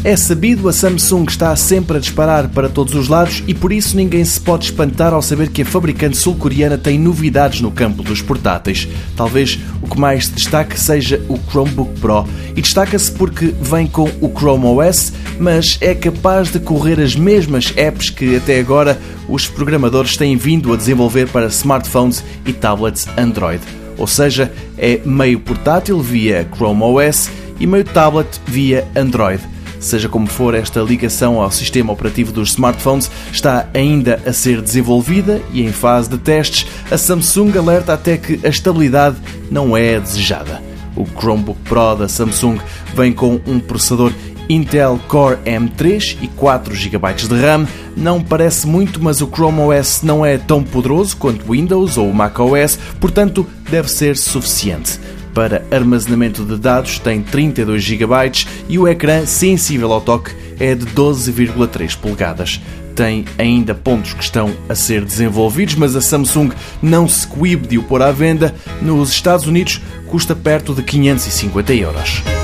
É sabido, a Samsung está sempre a disparar para todos os lados e por isso ninguém se pode espantar ao saber que a fabricante sul-coreana tem novidades no campo dos portáteis. Talvez o que mais se destaque seja o Chromebook Pro. E destaca-se porque vem com o Chrome OS, mas é capaz de correr as mesmas apps que até agora os programadores têm vindo a desenvolver para smartphones e tablets Android. Ou seja, é meio portátil via Chrome OS e meio tablet via Android. Seja como for, esta ligação ao sistema operativo dos smartphones está ainda a ser desenvolvida e em fase de testes, a Samsung alerta até que a estabilidade não é a desejada. O Chromebook Pro da Samsung vem com um processador Intel Core M3 e 4 GB de RAM. Não parece muito, mas o Chrome OS não é tão poderoso quanto o Windows ou o macOS, portanto deve ser suficiente. Para armazenamento de dados tem 32 GB e o ecrã sensível ao toque é de 12,3 polegadas. Tem ainda pontos que estão a ser desenvolvidos, mas a Samsung não se coíbe de o pôr à venda. Nos Estados Unidos custa perto de 550 €.